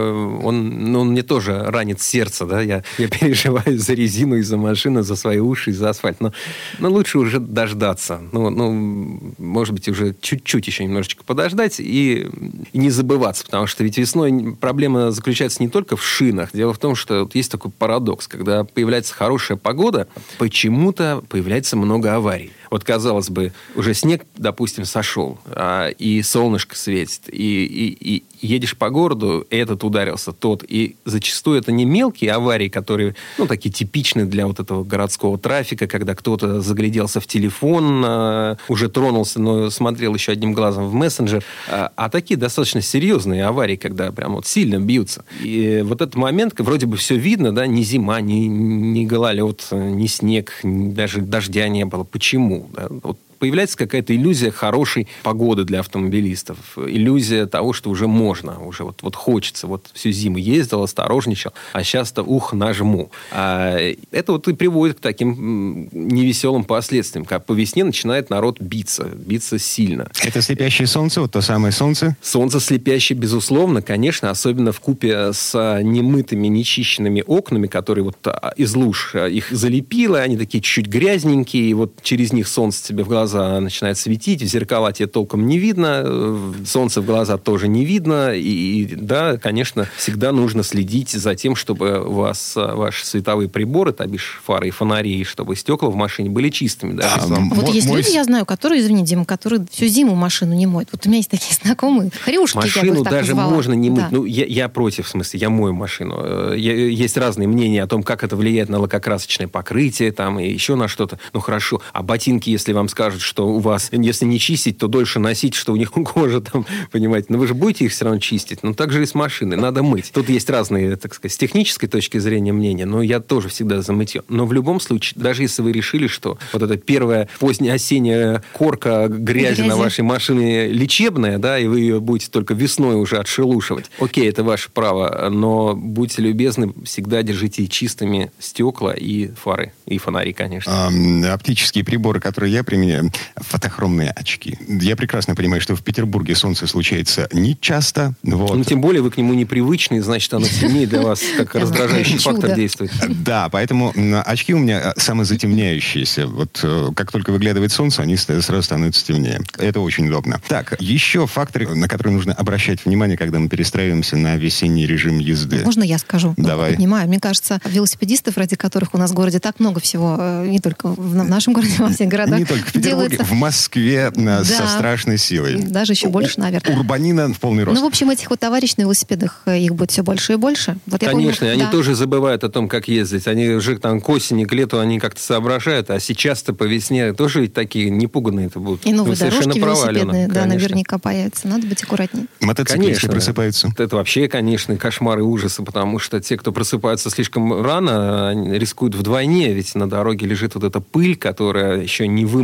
I: он, ну, он мне тоже ранит сердце, да, я, я переживаю за резину, и за машину, за свои уши, и за асфальт. Но, но лучше уже дождаться. Ну, ну, может быть, уже чуть-чуть еще немножечко подождать и, и не забываться, потому что ведь весной проблема заключается не только в шинах. Дело в том, что вот есть такой парадокс. Когда появляется хорошая погода, почему-то появляется много аварий. Вот, казалось бы, уже снег, допустим, сошел, а, и солнышко светит, и, и, и едешь по городу, этот ударился, тот. И зачастую это не мелкие аварии, которые, ну, такие типичные для вот этого городского трафика, когда кто-то загляделся в телефон, а, уже тронулся, но смотрел еще одним глазом в мессенджер. А, а такие достаточно серьезные аварии, когда прям вот сильно бьются. И вот этот момент, вроде бы все видно, да, ни зима, ни, ни гололед, ни снег, ни даже дождя не было. Почему? Да? Вот появляется какая-то иллюзия хорошей погоды для автомобилистов. Иллюзия того, что уже можно, уже вот, вот хочется. Вот всю зиму ездил, осторожничал, а сейчас-то ух, нажму. А это вот и приводит к таким невеселым последствиям. Как по весне начинает народ биться, биться сильно.
B: Это слепящее солнце, вот то самое солнце?
I: Солнце слепящее, безусловно, конечно, особенно вкупе с немытыми, нечищенными окнами, которые вот из луж их залепило, они такие чуть-чуть грязненькие, и вот через них солнце тебе в глаза начинает светить, в зеркала тебе толком не видно, солнце в глаза тоже не видно, и, и да, конечно, всегда нужно следить за тем, чтобы у вас ваши световые приборы, то бишь фары и фонари, чтобы стекла в машине были чистыми. Да.
B: А,
C: вот
B: мой,
C: есть
B: мой...
C: люди, я знаю, которые, извини, Дима, которые всю зиму машину не моют. Вот у меня есть такие знакомые. Хрюшки,
I: машину
C: я бы их так
I: даже
C: назвала.
I: можно не мыть.
C: Да.
I: Ну, я, я против, в смысле, я мою машину. Я, есть разные мнения о том, как это влияет на лакокрасочное покрытие там, и еще на что-то. Ну, хорошо. А ботинки, если вам скажут, что у вас, если не чистить, то дольше носить, что у них кожа там, понимаете. Но вы же будете их все равно чистить. Ну, так же и с машиной. Надо мыть. Тут есть разные, так сказать, с технической точки зрения мнения, но я тоже всегда за мытье. Но в любом случае, даже если вы решили, что вот эта первая поздняя осенняя корка грязи, грязи на вашей машине лечебная, да, и вы ее будете только весной уже отшелушивать. Окей, это ваше право, но будьте любезны, всегда держите чистыми стекла и фары, и фонари, конечно.
B: А, оптические приборы, которые я применяю, фотохромные очки. Я прекрасно понимаю, что в Петербурге солнце случается не часто. Вот.
I: Ну, тем более вы к нему непривычны, значит, оно сильнее для вас как раздражающий фактор действует.
B: Да, поэтому очки у меня самозатемняющиеся. Вот как только выглядывает солнце, они сразу становятся темнее. Это очень удобно. Так, еще факторы, на которые нужно обращать внимание, когда мы перестраиваемся на весенний режим езды.
C: Можно я скажу?
B: Давай.
C: Понимаю. Мне кажется, велосипедистов, ради которых у нас в городе так много всего, не только в нашем городе, во всех городах,
B: не только в Петербурге,
C: делается...
B: в Москве да. со страшной силой.
C: Даже еще больше, наверное.
B: Урбанина в полный рост.
C: Ну, в общем, этих вот товарищей на велосипедах, их будет все больше и больше. Вот я
I: Конечно,
C: помню,
I: они
C: да.
I: тоже забывают о том, как ездить. Они уже там к осени, к лету они как-то соображают, а сейчас-то по весне тоже ведь такие непуганные это будут.
C: И новые
I: Вы
C: дорожки велосипедные,
I: Алена,
C: да, наверняка появятся. Надо быть аккуратнее.
B: Мотоциклисты просыпаются.
I: Это вообще, конечно, кошмар и ужасы, потому что те, кто просыпаются слишком рано, они рискуют вдвойне, ведь на дороге лежит вот эта пыль, которая еще не вымыта,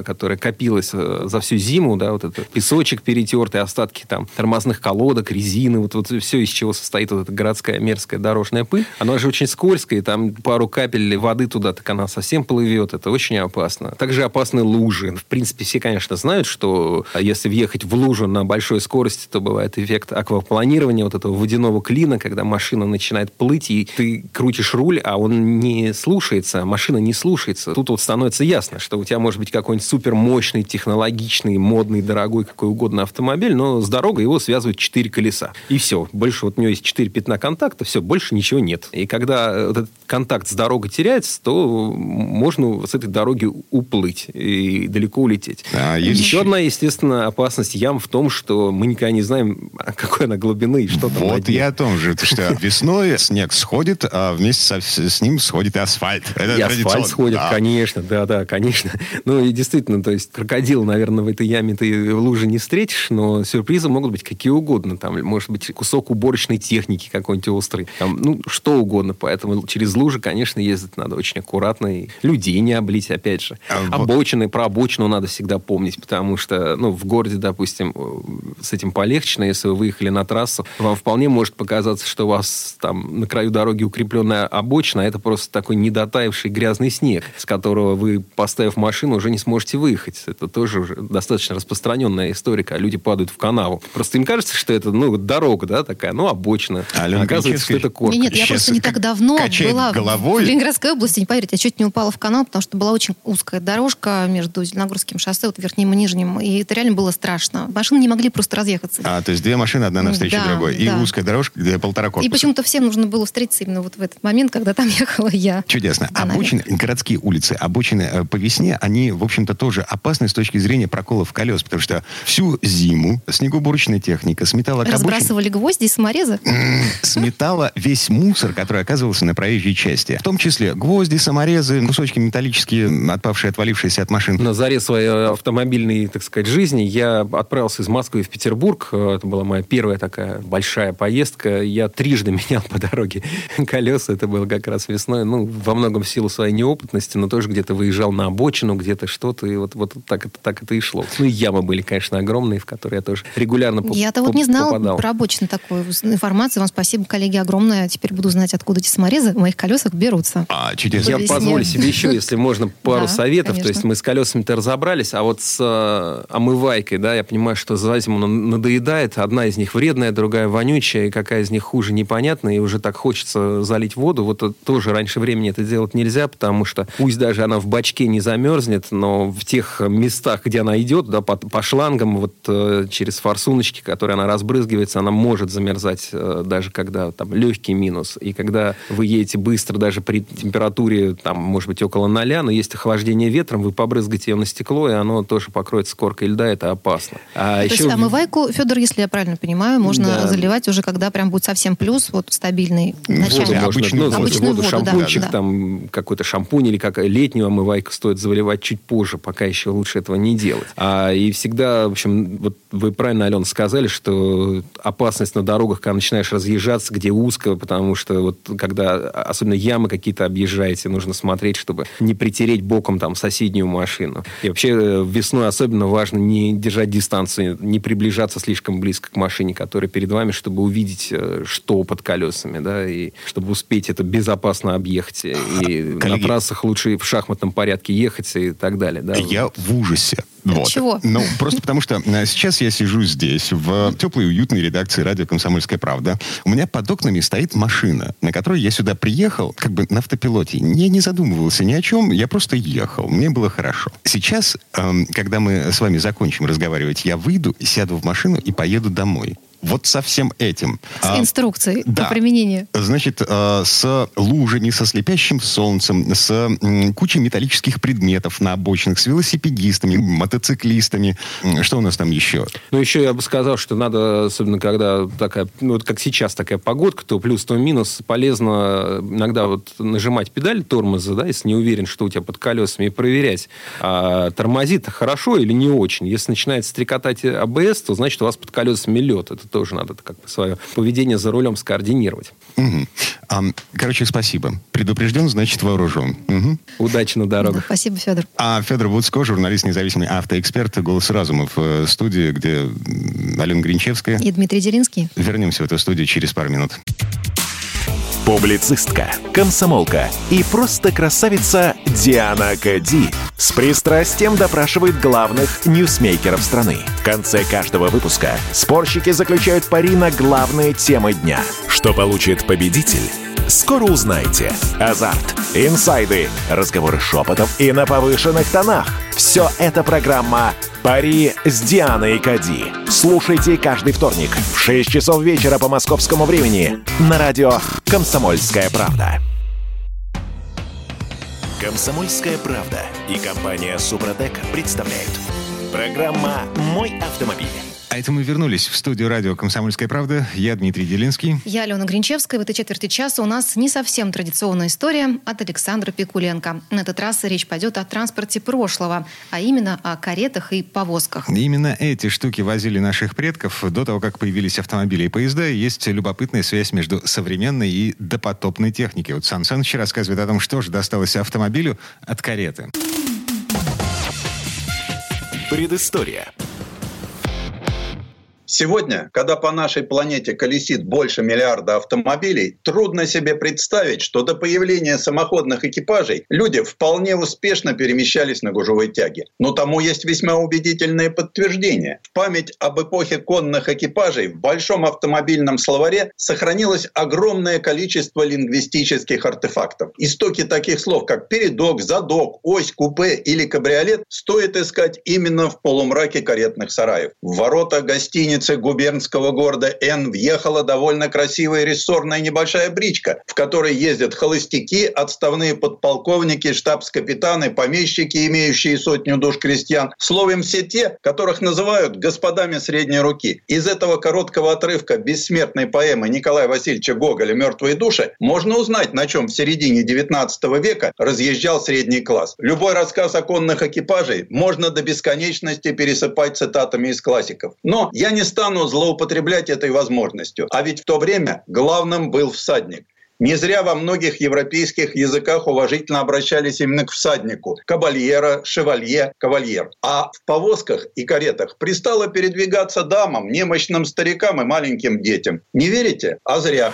I: которая копилась за всю зиму, да, вот это песочек перетертый, остатки там тормозных колодок, резины, вот, вот все, из чего состоит вот эта городская мерзкая дорожная пыль, она же очень скользкая, и там пару капель воды туда, так она совсем плывет, это очень опасно. Также опасны лужи. В принципе, все, конечно, знают, что если въехать в лужу на большой скорости, то бывает эффект аквапланирования, вот этого водяного клина, когда машина начинает плыть, и ты крутишь руль, а он не слушается, машина не слушается. Тут вот становится ясно, что у тебя может быть какой-нибудь супермощный, технологичный, модный, дорогой, какой угодно автомобиль, но с дорогой его связывают четыре колеса. И все. Больше вот у него есть четыре пятна контакта, все, больше ничего нет. И когда вот этот контакт с дорогой теряется, то можно с этой дороги уплыть и далеко улететь. А, есть... Еще одна, естественно, опасность ям в том, что мы никогда не знаем, какой она глубины и что там.
B: Вот я о том же, что весной снег сходит, а вместе со, с ним сходит и асфальт. Это
I: и асфальт сходит, да. Конечно, да-да, конечно. Ну и действительно, то есть крокодил, наверное, в этой яме ты в луже не встретишь, но сюрпризы могут быть какие угодно. Там может быть кусок уборочной техники какой-нибудь острый. Там, ну, что угодно. Поэтому через лужи, конечно, ездить надо очень аккуратно. И людей не облить, опять же. А обочины, вот... про обочину надо всегда помнить, потому что, ну, в городе, допустим, с этим полегче, но если вы выехали на трассу, вам вполне может показаться, что у вас там на краю дороги укрепленная обочина, а это просто такой недотаявший грязный снег, с которого вы, поставив машину, уже не сможете выехать. Это тоже уже достаточно распространенная история, когда люди падают в канаву. Просто им кажется, что это, ну, дорога, да, такая, ну, обочина. А оказывается, что это корка.
C: Нет, нет, я просто не так давно была головой. в Ленинградской области, не поверите, я чуть не упала в канал, потому что была очень узкая дорожка между Зеленогорским шоссе, вот верхним и нижним, и это реально было страшно. Машины не могли просто разъехаться.
B: А, то есть две машины, одна навстречу
C: да,
B: другой. И
C: да.
B: узкая дорожка, где полтора корпуса.
C: И почему-то всем нужно было встретиться именно вот в этот момент, когда там ехала я.
B: Чудесно. Обочины, городские улицы, обочины по весне, они, в общем-то, тоже опасны с точки зрения проколов колес, потому что всю зиму снегоуборочная техника сметала к обочине.
C: Разбрасывали гвозди и саморезы?
B: Сметала весь мусор, который оказывался на проезжей части. В том числе гвозди, саморезы, кусочки металлические, отпавшие, отвалившиеся от машин.
I: На заре своей автомобильной, так сказать, жизни я отправился из Москвы в Петербург. Это была моя первая такая большая поездка. Я трижды менял по дороге колеса. Это было как раз весной. Ну, во многом в силу своей неопытности, но тоже где-то выезжал на обочину, где-то что-то. И вот, вот так, это, так это и шло. Ну, и ямы были, конечно, огромные, в которые я тоже регулярно попадал.
C: Я-то вот не знала про обочину такой информации. Вам спасибо, коллеги, огромное. Теперь буду знать, откуда эти саморезы в моих колесах берутся.
B: А, чудесно.
I: Я позволю себе еще, если можно, пару
C: да,
I: советов.
C: конечно.
I: То есть мы с колесами-то разобрались, а вот с э, омывайкой, да, я понимаю, что за зиму надоедает. Одна из них вредная, другая вонючая, и какая из них хуже, непонятно, и уже так хочется залить воду. Вот это тоже раньше времени это делать нельзя, потому что пусть даже она в бачке не замерзнет, но в тех местах, где она идет, да, по, по шлангам, вот э, через форсуночки, которые она разбрызгивается, она может замерзать, э, даже когда там легкий минус. И когда вы едете быстро, даже при температуре, там, может быть, около ноля, но есть охлаждение ветром, вы побрызгаете ее на стекло, и оно тоже покроется коркой льда, это опасно. А
C: То
I: еще...
C: есть омывайку, Федор, если я правильно понимаю, можно да. заливать уже, когда прям будет совсем плюс, вот стабильный начальник.
I: Воду можно,
C: обычную,
I: ну,
C: обычную
I: воду,
C: воду,
I: шампунчик,
C: да,
I: там, какой-то шампунь или как летнюю омывайку стоит заливать чуть позже, пока еще лучше этого не делать. А, и всегда, в общем, вот вы правильно, Алена, сказали, что опасность на дорогах, когда начинаешь разъезжаться, где узко, потому что вот когда особенно ямы какие-то объезжаете, нужно смотреть, чтобы не притереть боком там соседнюю машину. И вообще весной особенно важно не держать дистанцию, не приближаться слишком близко к машине, которая перед вами, чтобы увидеть, что под колесами, да, и чтобы успеть это безопасно объехать. И коллеги, на трассах лучше в шахматном порядке ехать и так далее. Да?
B: Я в ужасе.
C: Вот. Чего?
B: Ну, просто потому что сейчас я сижу здесь, в теплой, уютной редакции радио «Комсомольская правда». У меня под окнами стоит машина, на которой я сюда приехал, как бы на автопилоте. Я не задумывался ни о чем, я просто ехал. Мне было хорошо. Сейчас, эм, когда мы с вами закончим разговаривать, я выйду, сяду в машину и поеду домой. Вот со всем этим.
C: С а, инструкцией да. по применению.
B: Значит, э, с лужами, со слепящим солнцем, с э, кучей металлических предметов на обочинах, с велосипедистами, мотоциклистами. Что у нас там еще?
I: Ну, еще я бы сказал, что надо, особенно когда такая, ну, вот как сейчас такая погодка, то плюс, то минус, полезно иногда вот нажимать педаль тормоза, да, если не уверен, что у тебя под колесами, и проверять, а тормозит хорошо или не очень. Если начинает стрекотать АБС, то значит у вас под колесами лед. Это тоже надо как бы свое поведение за рулем скоординировать.
B: Угу. А, короче, спасибо. Предупрежден, значит вооружен. Угу.
I: Удачи на дорогах.
C: Да, спасибо, Федор.
B: А Федор Буцко, журналист, независимый автоэксперт, «Голос разума» в студии, где Алена Гринчевская.
C: И Дмитрий Делинский.
B: Вернемся в эту студию через пару минут.
A: Публицистка, комсомолка и просто красавица Диана Кади с пристрастием допрашивает главных ньюсмейкеров страны. В конце каждого выпуска спорщики заключают пари на главные темы дня. Что получит победитель? Скоро узнаете. Азарт, инсайды, разговоры шепотом и на повышенных тонах. Все это программа «Пари с Дианой Кади». Слушайте каждый вторник в шесть часов вечера по московскому времени на радио «Комсомольская правда». «Комсомольская правда» и компания «Супротек» представляют. Программа «Мой автомобиль».
B: А это мы вернулись в студию радио «Комсомольская правда». Я Дмитрий Делинский.
C: Я Алена Гринчевская. В этой четверти часа у нас не совсем традиционная история от Александра Пикуленко. На этот раз речь пойдет о транспорте прошлого, а именно о каретах и повозках.
B: Именно эти штуки возили наших предков до того, как появились автомобили и поезда. И есть любопытная связь между современной и допотопной техникой. Вот Сан Саныч рассказывает о том, что же досталось автомобилю от кареты.
A: Предыстория.
G: Сегодня, когда по нашей планете колесит больше миллиарда автомобилей, трудно себе представить, что до появления самоходных экипажей люди вполне успешно перемещались на гужевой тяге. Но тому есть весьма убедительные подтверждения. В память об эпохе конных экипажей в большом автомобильном словаре сохранилось огромное количество лингвистических артефактов. Истоки таких слов, как передок, задок, ось, купе или кабриолет, стоит искать именно в полумраке каретных сараев. В ворота гостиницы губернского города Н въехала довольно красивая рессорная небольшая бричка, в которой ездят холостяки, отставные подполковники, штабс-капитаны, помещики, имеющие сотню душ крестьян. Словом, все те, которых называют господами средней руки. Из этого короткого отрывка бессмертной поэмы Николая Васильевича Гоголя «Мертвые души» можно узнать, на чем в середине девятнадцатого века разъезжал средний класс. Любой рассказ о конных экипажей можно до бесконечности пересыпать цитатами из классиков. Но я не стану злоупотреблять этой возможностью. А ведь в то время главным был всадник. Не зря во многих европейских языках уважительно обращались именно к всаднику. Кабальера, шевалье, кавальер. А в повозках и каретах пристало передвигаться дамам, немощным старикам и маленьким детям. Не верите? А зря.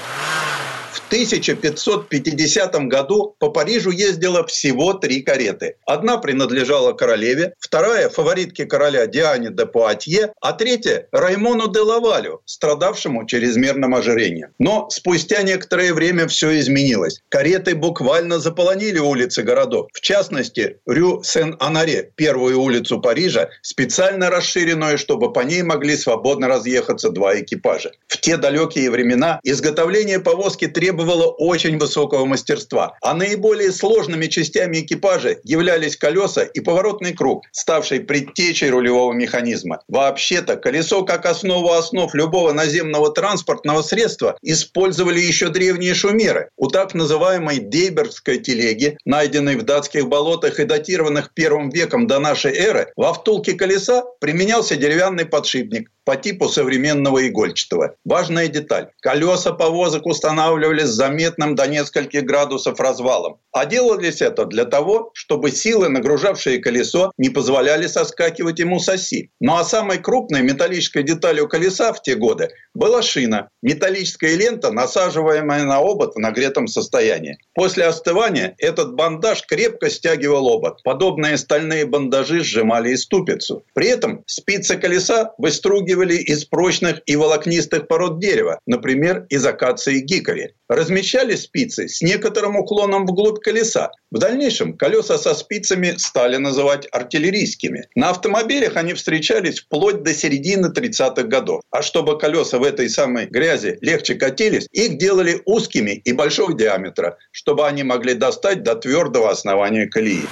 G: В тысяча пятьсот пятидесятом году по Парижу ездило всего три кареты. Одна принадлежала королеве, вторая – фаворитке короля Диане де Пуатье, а третья – Раймону де Лавалю, страдавшему чрезмерным ожирением. Но спустя некоторое время все изменилось. Кареты буквально заполонили улицы городов. В частности, Рю Сен-Анаре, первую улицу Парижа, специально расширенную, чтобы по ней могли свободно разъехаться два экипажа. В те далекие времена изготовление повозки требовало очень высокого мастерства. А наиболее сложными частями экипажа являлись колеса и поворотный круг, ставший предтечей рулевого механизма. Вообще-то, колесо как основу основ любого наземного транспортного средства использовали еще древние шумеры. У так называемой дейбергской телеги, найденной в датских болотах и датированных первым веком до нашей эры, во втулке колеса применялся деревянный подшипник по типу современного игольчатого. Важная деталь. Колеса повозок устанавливались с заметным до нескольких градусов развалом. А делалось это для того, чтобы силы, нагружавшие колесо, не позволяли соскакивать ему с оси. Ну а самой крупной металлической деталью колеса в те годы была шина. Металлическая лента, насаживаемая на обод в нагретом состоянии. После остывания этот бандаж крепко стягивал обод. Подобные стальные бандажи сжимали и ступицу. При этом спицы колеса выстругивали из прочных и волокнистых пород дерева, например, из акации гикори. Размещали спицы с некоторым уклоном вглубь колеса. В дальнейшем колеса со спицами стали называть артиллерийскими. На автомобилях они встречались вплоть до середины тридцатых годов. А чтобы колеса в этой самой грязи легче катились, их делали узкими и большого диаметра, чтобы они могли достать до твердого основания колеи.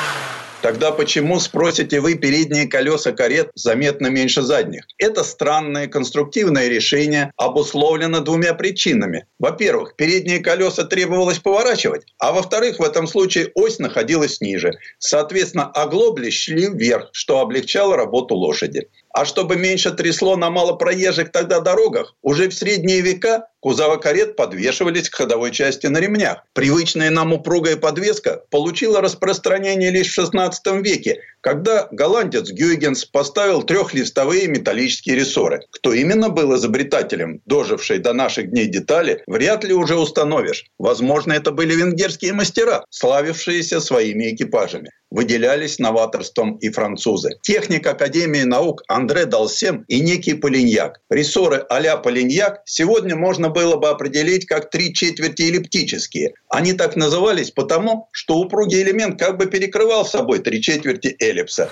G: Тогда почему, спросите вы, передние колеса карет заметно меньше задних? Это странное конструктивное решение обусловлено двумя причинами. Во-первых, передние колеса требовалось поворачивать, а во-вторых, в этом случае ось находилась ниже. Соответственно, оглобли шли вверх, что облегчало работу лошади.
J: А чтобы меньше трясло на малопроезжих тогда дорогах, уже в средние века кузова карет подвешивались к ходовой части на ремнях. Привычная нам упругая подвеска получила распространение лишь в шестнадцатом веке, когда голландец Гюйгенс поставил трехлистовые металлические рессоры. Кто именно был изобретателем, дожившей до наших дней детали, вряд ли уже установишь. Возможно, это были венгерские мастера, славившиеся своими экипажами. Выделялись новаторством и французы. Техник Академии наук Андре Далсем и некий Полиньяк. Рессоры а-ля Полиньяк сегодня можно было бы определить как три четверти эллиптические. Они так назывались потому, что упругий элемент как бы перекрывал собой три четверти эллипса.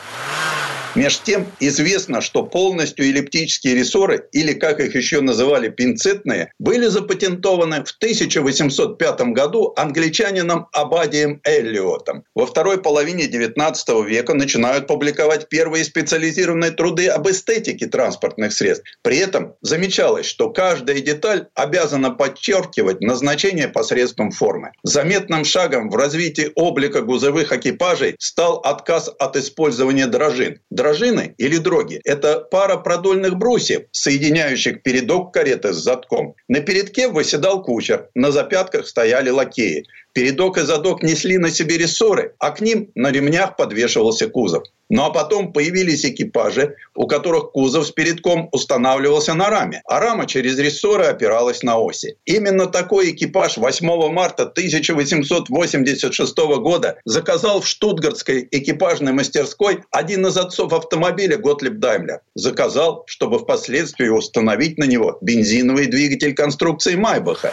J: Меж тем известно, что полностью эллиптические рессоры, или как их еще называли пинцетные, были запатентованы в тысяча восемьсот пятом году англичанином Абадием Эллиотом. Во второй половине девятнадцатого века начинают публиковать первые специализированные труды об эстетике транспортных средств. При этом замечалось, что каждая деталь обязана подчеркивать назначение посредством формы. Заметным шагом в развитии облика грузовых экипажей стал отказ от использования дрожин. Дрожины или дроги – это пара продольных брусьев, соединяющих передок кареты с задком. На передке восседал кучер, на запятках стояли лакеи. Передок и задок несли на себе рессоры, а к ним на ремнях подвешивался кузов. Ну а потом появились экипажи, у которых кузов с передком устанавливался на раме, а рама через рессоры опиралась на оси. Именно такой экипаж восьмого марта тысяча восемьсот восемьдесят шестого года заказал в штутгартской экипажной мастерской один из отцов автомобиля Готлиб Даймлер. Заказал, чтобы впоследствии установить на него бензиновый двигатель конструкции Майбаха.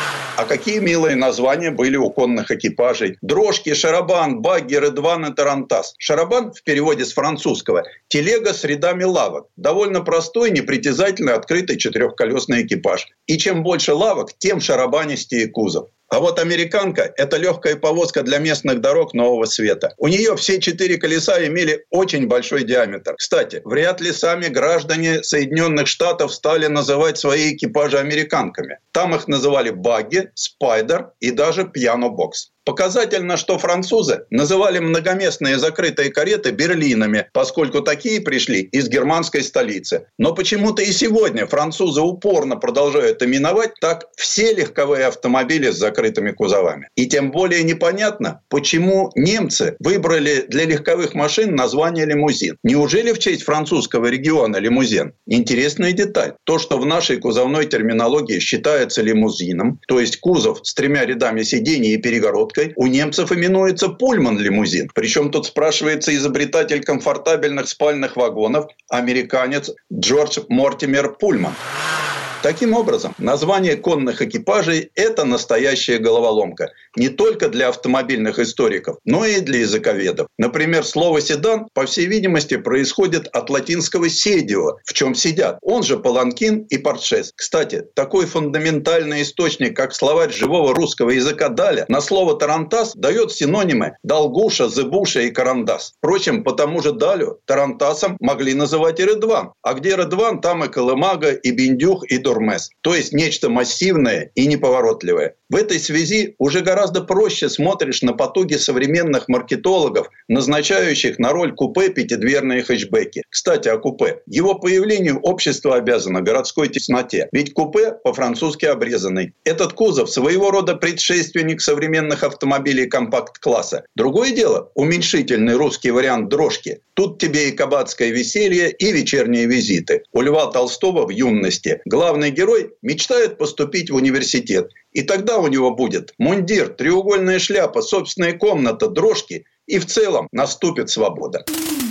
J: А какие милые названия были у конных экипажей. Дрожки, шарабан, багги, редван и тарантас. Шарабан в переводе с французского – телега с рядами лавок. Довольно простой, непритязательный, открытый четырехколесный экипаж. И чем больше лавок, тем шарабанистее кузов. А вот американка – это легкая повозка для местных дорог нового света. У нее все четыре колеса имели очень большой диаметр. Кстати, вряд ли сами граждане Соединенных Штатов стали называть свои экипажи американками. Там их называли багги, спайдер и даже пиано-бокс. Показательно, что французы называли многоместные закрытые кареты берлинами, поскольку такие пришли из германской столицы. Но почему-то и сегодня французы упорно продолжают именовать так все легковые автомобили с закрытыми кузовами. И тем более непонятно, почему немцы выбрали для легковых машин название лимузин. Неужели в честь французского региона лимузин? Интересная деталь. То, что в нашей кузовной терминологии считается лимузином, то есть кузов с тремя рядами сидений и перегородкой, у немцев именуется пульман-лимузин. Причем тут спрашивается изобретатель комфортабельных спальных вагонов, американец Джордж Мортимер Пульман. Таким образом, название конных экипажей – это настоящая головоломка. Не только для автомобильных историков, но и для языковедов. Например, слово «седан», по всей видимости, происходит от латинского «седио», в чем сидят. Он же паланкин и портшес. Кстати, такой фундаментальный источник, как словарь живого русского языка Даля, на слово «тарантас» дает синонимы «долгуша», «зыбуша» и «карандас». Впрочем, по тому же Далю тарантасом могли называть и редван. А где редван, там и колымага, и биндюх, и дурмес. То есть нечто массивное и неповоротливое. В этой связи уже гораздо проще смотришь на потуги современных маркетологов, назначающих на роль купе пятидверные хэтчбеки. Кстати, о купе. Его появлению общество обязано городской тесноте. Ведь купе по-французски обрезанный. Этот кузов своего рода предшественник современных автомобилей компакт-класса. Другое дело – уменьшительный русский вариант дрожки. Тут тебе и кабацкое веселье, и вечерние визиты. У Льва Толстого в юности главный герой мечтает поступить в университет. И тогда у него будет мундир, треугольная шляпа, собственная комната, дрожки. И в целом наступит свобода.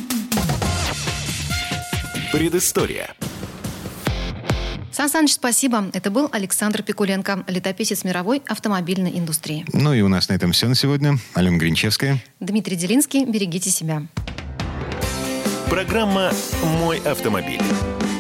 A: Предыстория.
C: Сан Саныч, спасибо. Это был Александр Пикуленко, летописец мировой автомобильной индустрии.
B: Ну и у нас на этом все на сегодня. Алена Гринчевская.
C: Дмитрий Делинский. Берегите себя.
A: Программа «Мой автомобиль».